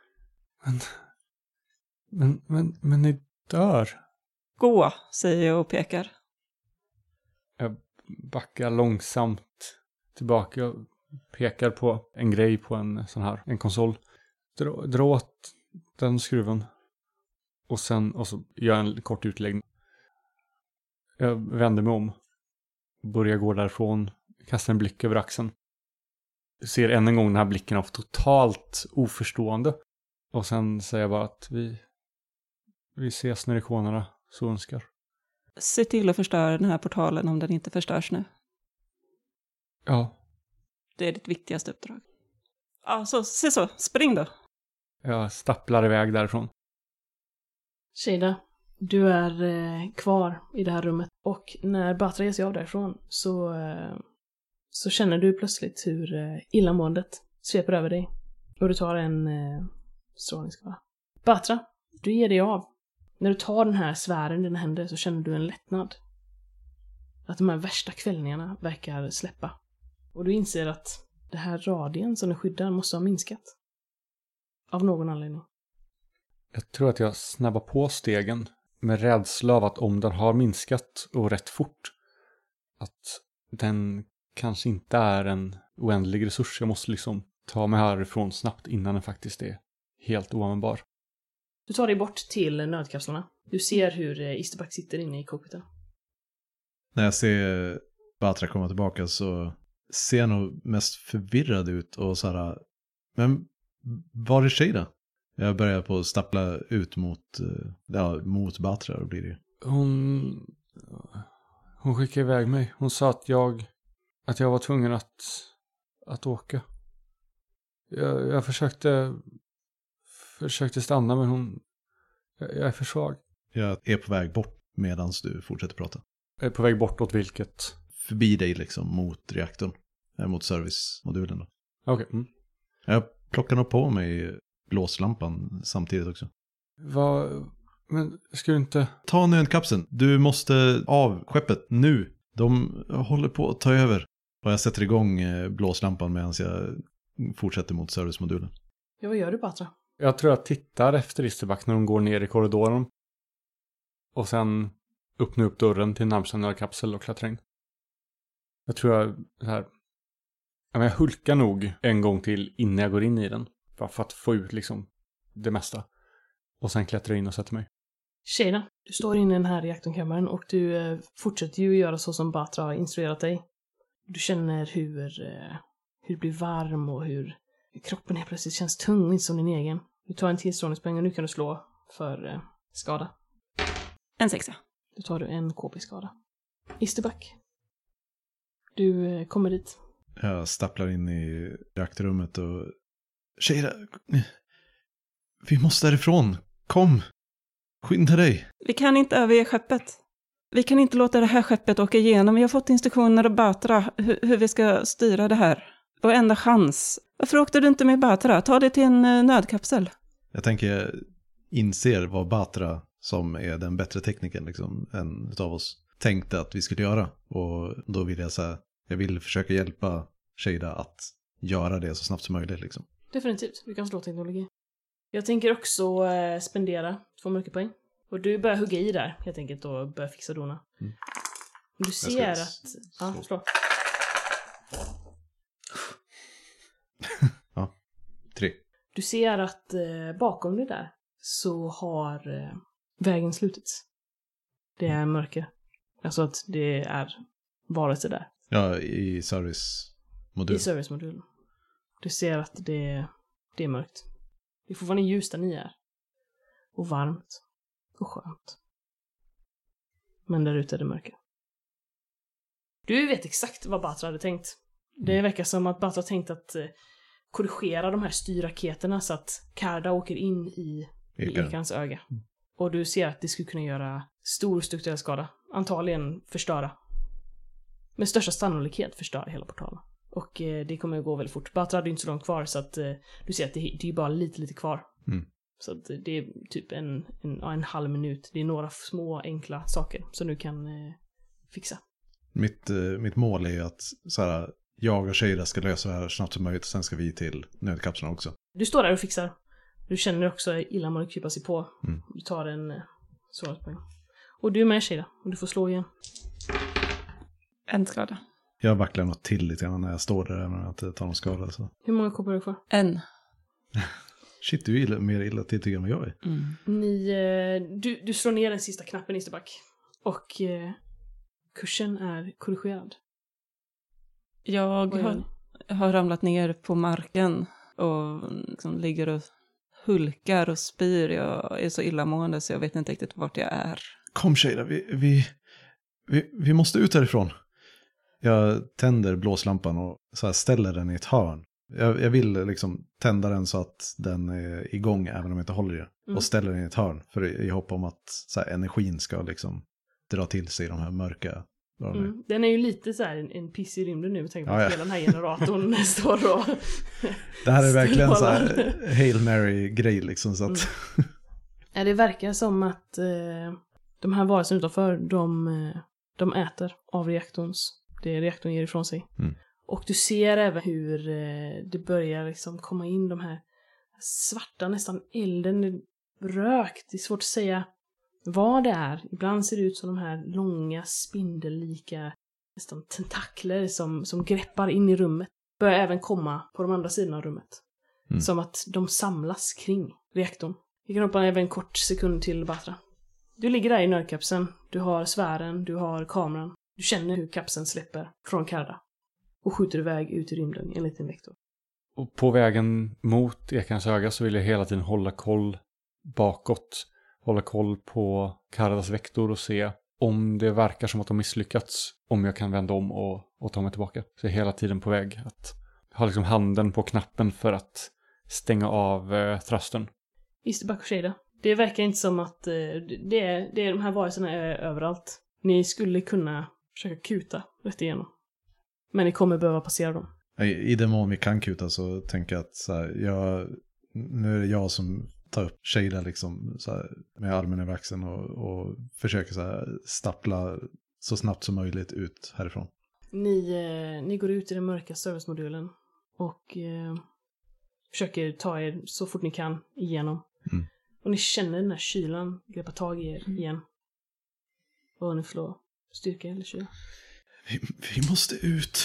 Men ni dör. Gå, säger jag och pekar. Jag backar långsamt tillbaka och pekar på en grej på en sån här, en konsol. Dra åt den skruven. Och så gör jag en kort utläggning. Jag vänder mig om. Börjar gå därifrån. Kastar en blick över axeln. Ser än en gång den här blicken av totalt oförstående. Och sen säger jag bara att vi ses när ikonerna så önskar. Se till att förstöra den här portalen om den inte förstörs nu. Ja. Det är ditt viktigaste uppdrag. Ja, så. Spring då. Jag stapplar iväg därifrån. Sheida, du är kvar i det här rummet. Och när Batra ger sig av därifrån så känner du plötsligt hur illamåendet sveper över dig. Och du tar en strålningsskada. Batra, du ger dig av. När du tar den här sfären i dina händer så känner du en lättnad. Att de här värsta kvällningarna verkar släppa. Och du inser att det här radien som den skyddar måste ha minskat. Av någon anledning. Jag tror att jag snabbar på stegen med rädsla av att om den har minskat och rätt fort, att den kanske inte är en oändlig resurs. Jag måste liksom ta mig härifrån snabbt innan den faktiskt är helt oanvändbar. Du tar dig bort till nödkapslarna. Du ser hur Istebak sitter inne i cockpiten. När jag ser Batra komma tillbaka så ser jag nog mest förvirrad ut och så här, men var är Sheida? Jag börjar på att stappla ut mot Batra och blir det. Hon skickade iväg mig. Hon sa att jag var tvungen att åka. Jag försökte stanna, men jag är för svag. Jag är på väg bort medan du fortsätter prata. Jag är på väg bort åt vilket? Förbi dig liksom mot reaktorn. Mot servicemodulen då. Okej. Mm. Jag plockar nog på mig blåslampan samtidigt också. Men ska du inte... Ta nödkapseln. Du måste av skeppet nu. De håller på att ta över. Och jag sätter igång blåslampan medan jag fortsätter mot servicemodulen. Ja, vad gör du, Batra? Jag tror jag tittar efter Istebak när de går ner i korridoren. Och sen öppnar upp dörren till närmsta nödkapsel och klättrar in. Jag tror jag hulkar nog en gång till innan jag går in i den. Bara för att få ut liksom det mesta. Och sen klättrar in och sätter mig. Sheida, du står inne i den här reaktorkammaren och du fortsätter ju göra så som Batra har instruerat dig. Du känner hur du blir varm och hur kroppen helt plötsligt känns tung, inte som din egen. Du tar en tillstrålningspoäng och nu kan du slå för skada. En 6. Då tar du en KP-skada. Istebak. Du kommer dit. Jag stapplar in i reaktorrummet och... Sheida, vi måste därifrån. Kom, skynda dig. Vi kan inte överge skeppet. Vi kan inte låta det här skeppet åka igenom. Jag har fått instruktioner av Batra hur vi ska styra det här. Och enda chans. Varför åkte du inte med Batra? Ta det till en nödkapsel. Jag tänker, inser vad Batra, som är den bättre tekniken liksom, en utav oss, tänkte att vi skulle göra. Och då vill jag säga, jag vill försöka hjälpa Sheida att göra det så snabbt som möjligt liksom. Definitivt, du kan slå teknologi. Jag tänker också spendera 2 mörkerpoäng. Och du börjar hugga i där, helt enkelt, och börjar fixa dona. Mm. Du ser att... Ja, slå. Du ser att bakom det där så har vägen slutits. Det är mörker. Alltså att det är varelser där. Ja, i servicemodulen. I servicemodulen. Du ser att det är mörkt. Det är fortfarande ljus där ni är. Och varmt. Och skönt. Men där ute är det mörker. Du vet exakt vad Batra hade tänkt. Det verkar som att Batra tänkt att korrigera de här styrraketerna så att Karda åker in i Ekans öga. Och du ser att det skulle kunna göra stor strukturell skada. Antagligen förstöra. Med största sannolikhet förstöra hela portalen. Och det kommer att gå väldigt fort. Batra hade inte så långt kvar så att du ser att det är bara lite kvar. Mm. Så att det är typ en halv minut. Det är några små enkla saker som du kan fixa. Mitt mål är ju att så här, jag och Shada ska lösa det här snabbt som möjligt. Sen ska vi till nödkapslarna också. Du står där och fixar. Du känner också illamående krypa sig på. Mm. Du tar en svårighetspoäng. Och du är med, Shada. Och du får slå igen. En skada. Jag vacklar något till lite grann när jag står där även om jag inte tar någon skada. Så. Hur många koppar är du kvar? En. Shit, du är mer illa till tycker än vad jag är. Mm. Du slår ner den sista knappen, Isterback. Och kursen är korrigerad. Jag har ramlat ner på marken och liksom ligger och hulkar och spyr. Jag är så illamående så jag vet inte riktigt vart jag är. Kom Shada, vi måste ut härifrån. Jag tänder blåslampan och så här ställer den i ett hörn. Jag vill liksom tända den så att den är igång även om jag inte håller i den. Mm. Och ställer den i ett hörn för i hopp om att så här, energin ska liksom dra till sig de här mörka. Den är ju lite så här en piss i rymden nu. Tänk på Ja. att hela den här generatorn står och... Det här är verkligen så här Hail Mary-grej liksom. Så att... Ja, det verkar som att de här varelserna utanför, de äter av det reaktorn ger ifrån sig. Mm. Och du ser även hur det börjar liksom komma in de här svarta, nästan elden, rök. Det är svårt att säga vad det är. Ibland ser det ut som de här långa, spindellika nästan tentakler som greppar in i rummet. Börjar även komma på de andra sidorna av rummet. Mm. Som att de samlas kring reaktorn. Vi kan hoppa även en kort sekund till Batra. Du ligger där i nödkapseln. Du har sfären, du har kameran. Du känner hur kapseln släpper från Karda. Och skjuter iväg ut i rymden i en liten vektor. Och på vägen mot Ekans öga så vill jag hela tiden hålla koll bakåt. Hålla koll på Kardas vektor och se om det verkar som att de misslyckats. Om jag kan vända om och ta mig tillbaka. Så jag är hela tiden på väg att ha liksom handen på knappen för att stänga av thrusten. Isterback och Shada. Det verkar inte som att det är de här varelserna är överallt. Ni skulle kunna försöka kuta rätt igenom. Men ni kommer behöva passera dem. I den mån vi kan kuta så tänker jag att så här, nu är det jag som tar upp Shada liksom, så här, med armen i axeln och försöker så här, stappla så snabbt som möjligt ut härifrån. Ni går ut i den mörka servicemodulen och försöker ta er så fort ni kan igenom. Mm. Och ni känner den här kylan greppa tag i er igen. Och ni får styrka eller kyla. Vi måste ut.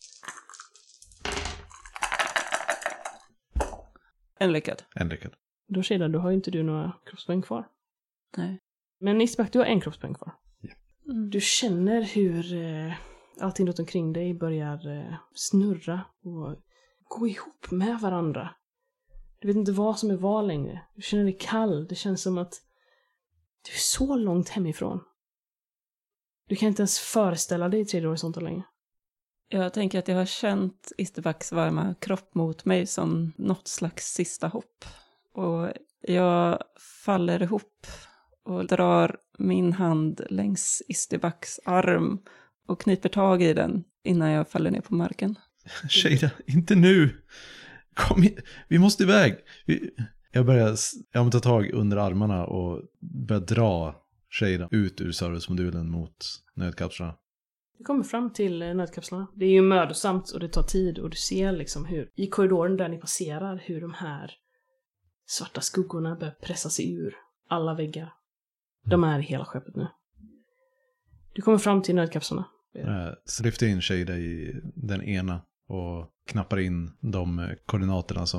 En lyckad. Då Shada, då har ju inte du några kroppspoäng kvar. Nej. Men Isterback, du har en kroppspoäng kvar. Ja. Du känner hur allting runt omkring dig börjar snurra och gå ihop med varandra. Du vet inte vad som är vad längre. Du känner dig kall. Det känns som att du är så långt hemifrån. Du kan inte ens föreställa dig i tredje horisonten längre. Jag tänker att jag har känt Isterbacks varma kropp mot mig som något slags sista hopp. Och jag faller ihop och drar min hand längs Isterbacks arm och kniper tag i den innan jag faller ner på marken. Shada, inte nu. Kom in. Vi måste iväg. Jag tar tag under armarna och börjar dra Shada ut ur servicemodulen mot nödkapslarna. Du kommer fram till nödkapslarna. Det är ju mödosamt och det tar tid och du ser liksom hur i korridoren där ni passerar hur de här svarta skuggorna börjar pressa sig ur alla väggar. De är i hela skeppet nu. Du kommer fram till nödkapslarna. Så lyfter in Shada i den ena och knappar in de koordinaterna som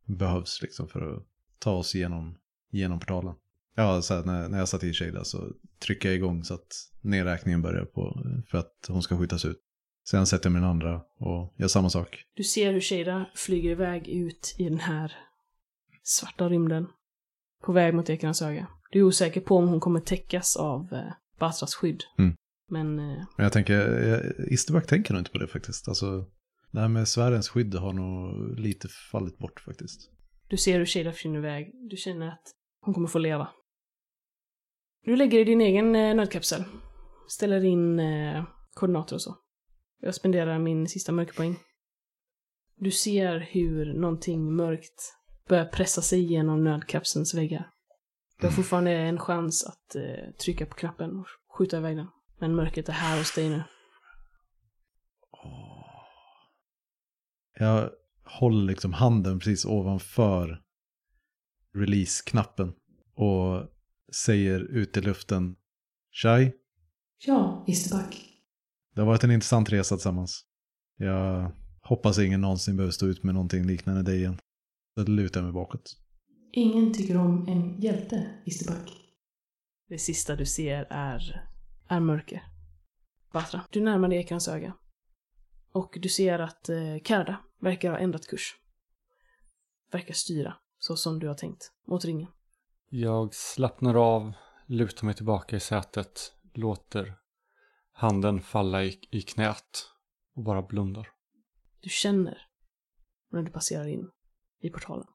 behövs liksom för att ta oss genom portalen. Ja, så här, när jag satt i Shada så trycker jag igång så att nedräkningen börjar på för att hon ska skjutas ut. Sen sätter jag min andra och gör samma sak. Du ser hur Shada flyger iväg ut i den här svarta rymden. På väg mot Ekernas öga. Du är osäker på om hon kommer täckas av Batras skydd. Mm. Men jag tänker, Isterback tänker nog inte på det faktiskt. Alltså, det här med sfärens skydd har nog lite fallit bort faktiskt. Du ser hur Shada försvinner iväg. Du känner att hon kommer få leva. Du lägger i din egen nödkapsel. Ställer in koordinater och så. Jag spenderar min sista mörkerpoäng. Du ser hur någonting mörkt börjar pressa sig igenom nödkapselns väggar. Du har fortfarande en chans att trycka på knappen och skjuta iväg den. Men mörkret är här hos dig nu. Jag håller liksom handen precis ovanför release-knappen och säger ut i luften: Shai? Ja, Isterback. Det har varit en intressant resa tillsammans. Jag hoppas ingen någonsin behöver stå ut med någonting liknande dig igen. Så lutar jag mig bakåt. Ingen tycker om en hjälte, Isterback. Det sista du ser är mörker. Batra, du närmar dig Ekerans öga. Och du ser att Karda verkar ha ändrat kurs. Verkar styra, så som du har tänkt, mot ringen. Jag slappnar av, lutar mig tillbaka i sätet, låter handen falla i knät och bara blundar. Du känner när du passerar in i portalen.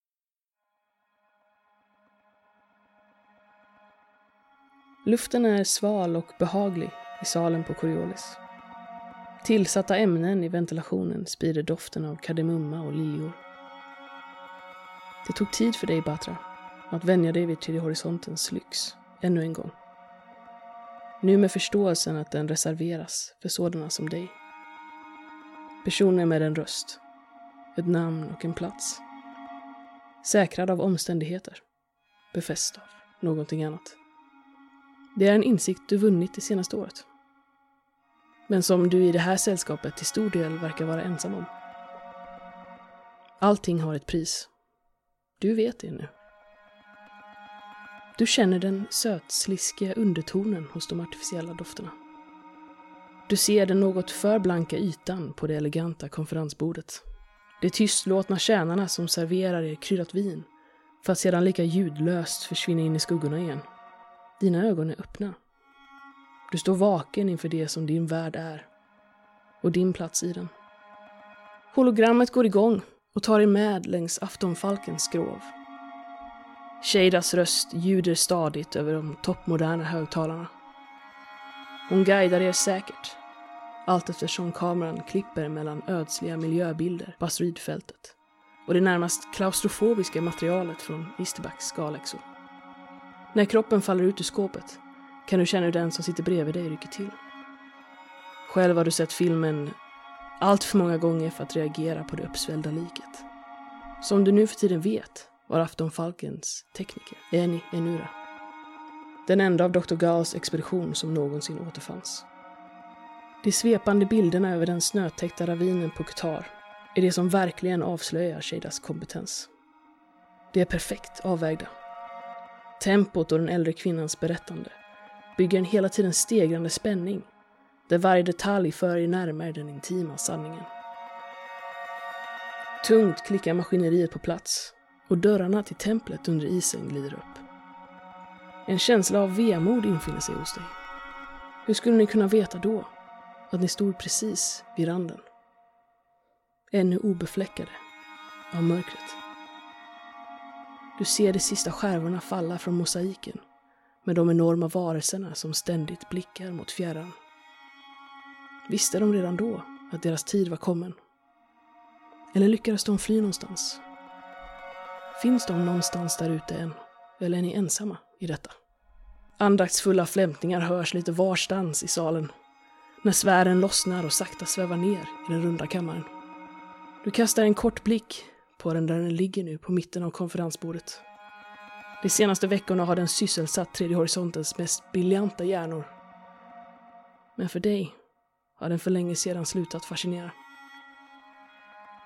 Luften är sval och behaglig i salen på Coriolis. Tillsatta ämnen i ventilationen sprider doften av kardemumma och liljor. Det tog tid för dig, Batra, att vänja dig vid tredje horisontens lyx ännu en gång. Nu med förståelsen att den reserveras för sådana som dig. Personer med en röst, ett namn och en plats. Säkrad av omständigheter, befäst av någonting annat. Det är en insikt du vunnit det senaste året. Men som du i det här sällskapet till stor del verkar vara ensam om. Allting har ett pris. Du vet det nu. Du känner den sötsliskiga undertonen hos de artificiella dofterna. Du ser den något för blanka ytan på det eleganta konferensbordet. De tystlåtna tjänarna som serverar er kryddat vin för att sedan lika ljudlöst försvinna in i skuggorna igen. Dina ögon är öppna. Du står vaken inför det som din värld är och din plats i den. Hologrammet går igång och tar er med längs aftonfalkens skrov. Shadas röst ljuder stadigt över de toppmoderna högtalarna. Hon guidar er säkert, allt eftersom kameran klipper mellan ödsliga miljöbilder på asteroidfältet och det närmast klaustrofobiska materialet från Isterbacks skalexor. När kroppen faller ut ur skåpet kan du känna hur den som sitter bredvid dig rycker till. Själv har du sett filmen allt för många gånger för att reagera på det uppsvällda liket. Som du nu för tiden vet var aftonfalkens tekniker Eni Enura. Den enda av Dr. Gals expedition som någonsin återfanns. De svepande bilderna över den snötäckta ravinen på Qatar är det som verkligen avslöjar Shadas kompetens. Det är perfekt avvägda. Tempot och den äldre kvinnans berättande bygger en hela tiden stegrande spänning där varje detalj för er närmare den intima sanningen. Tungt klickar maskineriet på plats och dörrarna till templet under isen glider upp. En känsla av vemod infinner sig hos dig. Hur skulle ni kunna veta då att ni stod precis vid randen? Ännu obefläckade av mörkret. Du ser de sista skärvorna falla från mosaiken med de enorma varelserna som ständigt blickar mot fjärran. Visste de redan då att deras tid var kommen? Eller lyckades de fly någonstans? Finns de någonstans där ute än? Eller är ni ensamma i detta? Andaktsfulla flämtningar hörs lite varstans i salen när sfären lossnar och sakta svävar ner i den runda kammaren. Du kastar en kort blick på den där den ligger nu på mitten av konferensbordet. De senaste veckorna har den sysselsatt tredje horisontens mest briljanta hjärnor. Men för dig har den för länge sedan slutat fascinera.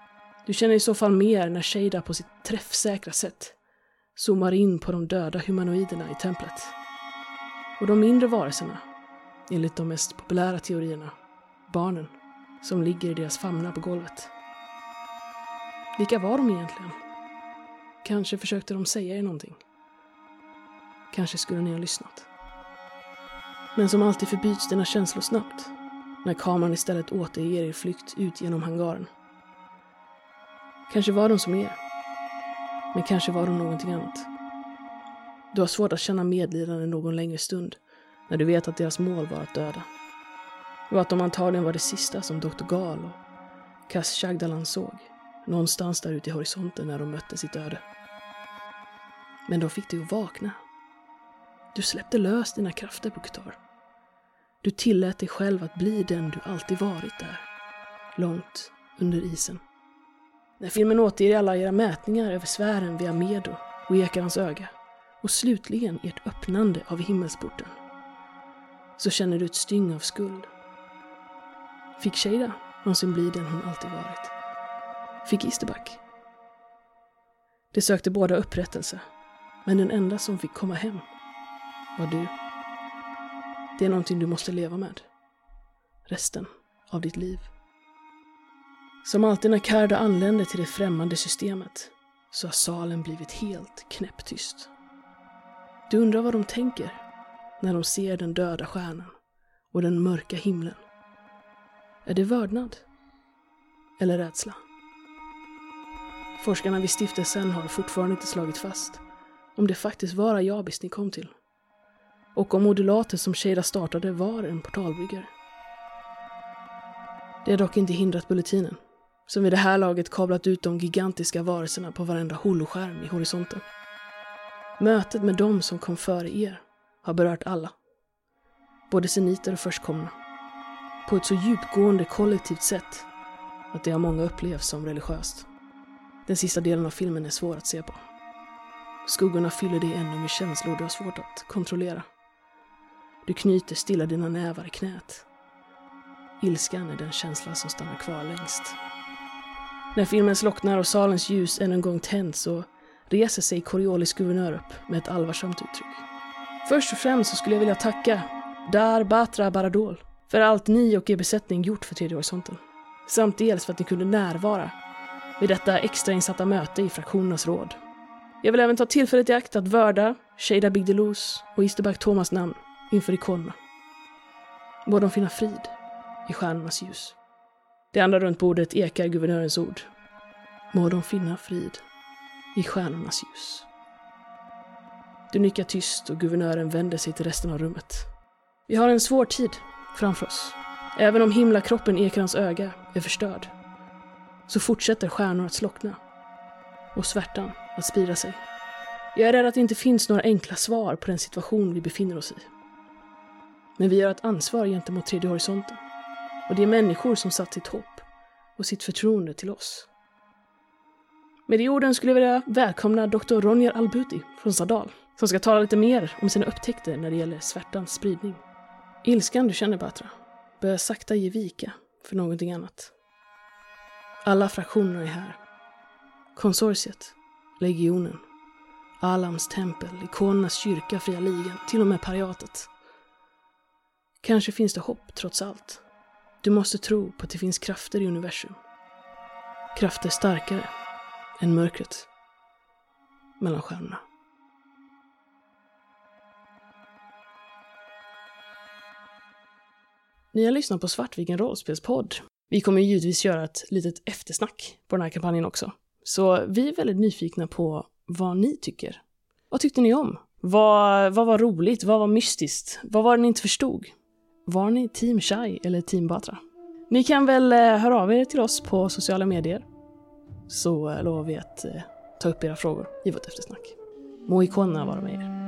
Du känner i så fall mer när Shada på sitt träffsäkra sätt zoomar in på de döda humanoiderna i templet. Och de mindre varelserna, enligt de mest populära teorierna, barnen, som ligger i deras famnar på golvet. Vilka var de egentligen? Kanske försökte de säga er någonting. Kanske skulle ni ha lyssnat. Men som alltid förbyts dina känslor snabbt, när kameran istället återger er flykt ut genom hangaren. Kanske var de som er, men kanske var de någonting annat. Du har svårt att känna medlidande någon längre stund, när du vet att deras mål var att döda. Och att de antagligen var det sista som Dr. Gal och Cass Shagdalan såg, någonstans där ute i horisonten när de mötte sitt öde. Men de fick dig att vakna. Du släppte lös dina krafter på Kutar. Du tillät dig själv att bli den du alltid varit där, långt under isen. När filmen återger alla era mätningar över sfären via Medo och Ekarans öga, och slutligen ert öppnande av himmelsporten, så känner du ett styng av skuld. Fick Shada någonsin bli den hon alltid varit? Fick Easterback? De sökte båda upprättelse, men den enda som fick komma hem var du. Det är någonting du måste leva med. Resten av ditt liv. Som alltid när Karda anländer till det främmande systemet, så har salen blivit helt knäpptyst. Du undrar vad de tänker när de ser den döda stjärnan och den mörka himlen. Är det vördnad? Eller rädsla? Forskarna vid stiftelsen har fortfarande inte slagit fast om det faktiskt var Ayabis ni kom till. Och om modulatet som Shada startade var en portalbyggare. Det har dock inte hindrat bulletinen, som vid det här laget kablat ut de gigantiska varelserna på varenda holoskärm i horisonten. Mötet med dem som kom före er har berört alla. Både seniter och förstkomna. På ett så djupgående kollektivt sätt att det har många upplevs som religiöst. Den sista delen av filmen är svår att se på. Skuggorna fyller dig ännu med känslor du har svårt att kontrollera. Du knyter stilla dina nävar i knät. Ilskan är den känsla som stannar kvar längst. När filmen slocknar och salens ljus än en gång tänds, så reser sig Coriolis guvernör upp med ett allvarsamt uttryck. Först och främst så skulle jag vilja tacka Dar Batra Baradol för allt ni och er besättning gjort för Tredje horisonten. Samt dels för att ni kunde närvara vid detta extrainsatta möte i fraktionernas råd. Jag vill även ta tillfället i akt att vörda Shada Bigdelos och Easterback Thomas namn inför ikonerna. Må de finna frid i stjärnornas ljus. Det andra runt bordet ekar guvernörens ord. Må de finna frid i stjärnornas ljus. Du nickar tyst och guvernören vänder sig till resten av rummet. Vi har en svår tid framför oss. Även om himlakroppen Ekarans öga är förstörd, så fortsätter stjärnor att slockna och svärtan att sprida sig. Jag är rädd att det inte finns några enkla svar på den situation vi befinner oss i. Men vi har ett ansvar gentemot Tredje horisonten. Och det är människor som satt sitt hopp och sitt förtroende till oss. Med de orden skulle jag vilja välkomna Dr. Ronjar Albuti från Sadal, som ska tala lite mer om sina upptäckter när det gäller svärtans spridning. Ilskan du känner, Batra, börjar sakta ge vika för någonting annat. Alla fraktioner är här. Konsortiet, legionen, Alams tempel, ikonernas kyrka, fria ligan, till och med pariatet. Kanske finns det hopp trots allt. Du måste tro på att det finns krafter i universum. Krafter starkare än mörkret mellan stjärnorna. Ni har lyssnat på Svartviken rollspelspodd. Vi kommer givetvis göra ett litet eftersnack på den här kampanjen också. Så vi är väldigt nyfikna på vad ni tycker. Vad tyckte ni om? Vad var roligt? Vad var mystiskt? Vad var det ni inte förstod? Var ni team Shai eller team Batra? Ni kan väl höra av er till oss på sociala medier. Så lovar vi att ta upp era frågor i vårt eftersnack. Må ikonerna vara med er.